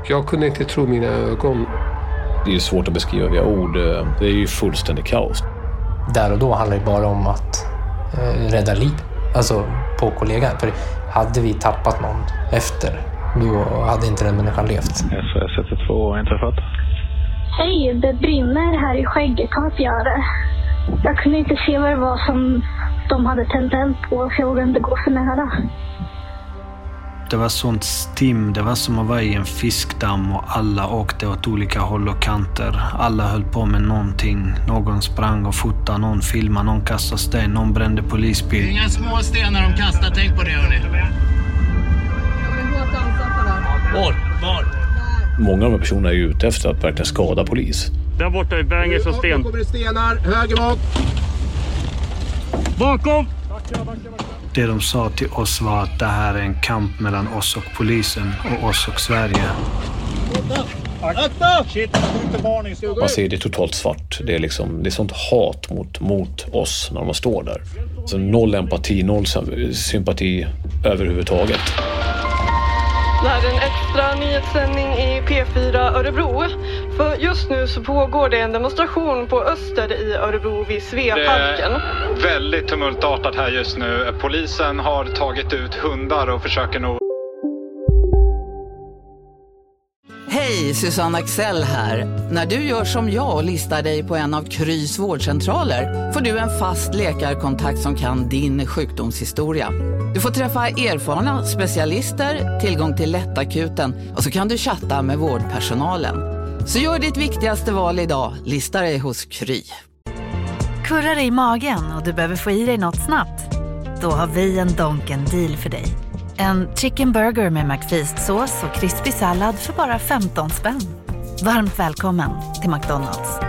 Jag kunde inte tro mina ögon. Det är ju svårt att beskriva via ord. Det är ju fullständigt kaos. Där och då handlar det bara om att rädda liv. Alltså på kollegan. För hade vi tappat någon efter, då hade inte den människan levt. SOS 112 inträffat. Hej, det brinner här i Skäggekapgöra. Jag kunde inte se vad det var som de hade tänt eld på, för jag vågade inte gå för nära. Det var sånt stim, det var som att vara i en fiskdamm och alla åkte åt olika håll och kanter. Alla höll på med någonting. Någon sprang och fotade, någon filmade, någon kastade sten, någon brände polisbil. Det är inga små stenar de kastar, tänk på det hörni. Jag blir hårt ansatta där. Var? Många av de här personerna är ju ute efter att verkligen skada polis. Där borta är bangers och sten. Kommer det stenar, höger bak. Bakom! Det de sa till oss var att det här är en kamp mellan oss och polisen och oss och Sverige. Akta! Man ser det totalt svart. Det är sånt hat mot oss när man står där. Så noll empati, noll sympati överhuvudtaget. Det här är en extra nyhetssändning i P4 Örebro. För just nu så pågår det en demonstration på Öster i Örebro vid Sveaparken. Det är väldigt tumultartat här just nu. Polisen har tagit ut hundar och försöker nog... Hej, Susanne Axel här. När du gör som jag och listar dig på en av Krys vårdcentraler får du en fast läkarkontakt som kan din sjukdomshistoria. Du får träffa erfarna specialister, tillgång till lättakuten och så kan du chatta med vårdpersonalen. Så gör ditt viktigaste val idag, lista dig hos Kry. Kurrar dig i magen och du behöver få i dig något snabbt? Då har vi en Donken deal för dig. En chicken burger med McFeast-sås och krispig sallad för bara 15 spänn. Varmt välkommen till McDonald's.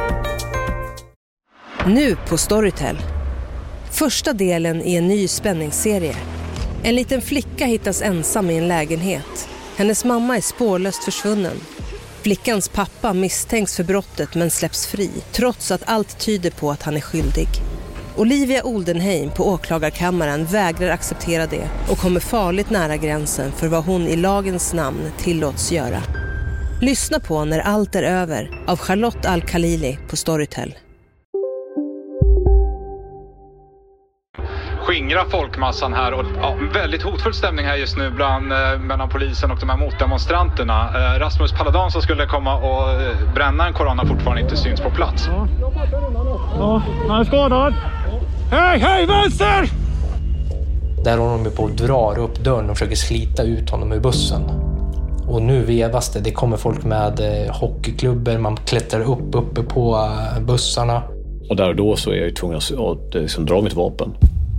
Nu på Storytel. Första delen i en ny spänningsserie. En liten flicka hittas ensam i en lägenhet. Hennes mamma är spårlöst försvunnen. Flickans pappa misstänks för brottet men släpps fri, trots att allt tyder på att han är skyldig. Olivia Oldenheim på åklagarkammaren vägrar acceptera det och kommer farligt nära gränsen för vad hon i lagens namn tillåts göra. Lyssna på När allt är över av Charlotte Al-Khalili på Storytel. Skingra folkmassan här och väldigt hotfull stämning här just nu mellan polisen och de här motdemonstranterna. Rasmus Paludan som skulle komma och bränna en koran har fortfarande inte syns på plats. Ja, han är skadad. Hej, vänster! Där håller de på och drar upp dörren och försöker slita ut honom ur bussen. Och nu vevas det kommer folk med hockeyklubbar, man klättrar upp uppe på bussarna. Och där och då så är jag ju tvungen att dra mitt vapen.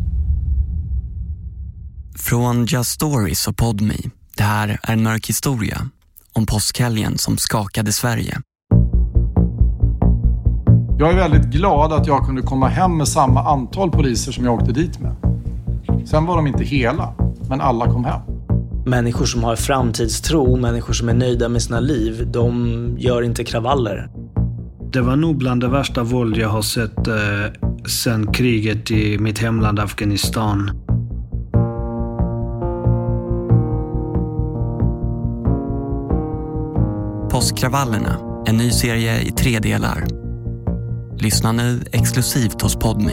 Från Just Stories och Podme. Det här är en mörk historia om påskhelgen som skakade Sverige. Jag är väldigt glad att jag kunde komma hem med samma antal poliser som jag åkte dit med. Sen var de inte hela, men alla kom hem. Människor som har framtidstro, människor som är nöjda med sina liv, de gör inte kravaller. Det var nog bland det värsta våld jag har sett sedan kriget i mitt hemland Afghanistan. Påskkravallerna, en ny serie i 3 delar. Lyssna nu exklusivt hos Podme.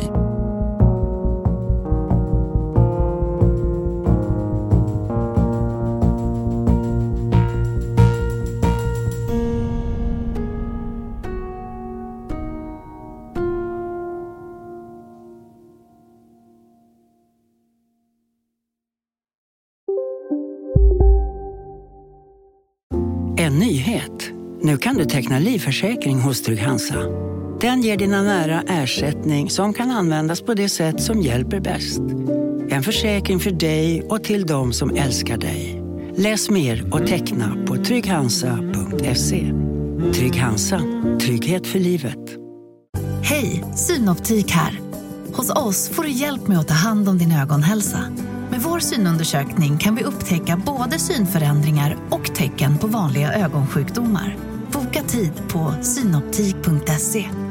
En nyhet. Nu kan du teckna livförsäkring hos Trygg-Hansa. Den ger dina nära ersättning som kan användas på det sätt som hjälper bäst. En försäkring för dig och till de som älskar dig. Läs mer och teckna på trygghansa.se. Trygg-Hansa. Trygghet för livet. Hej, Synoptik här. Hos oss får du hjälp med att ta hand om din ögonhälsa. Med vår synundersökning kan vi upptäcka både synförändringar och tecken på vanliga ögonsjukdomar. Boka tid på synoptik.se.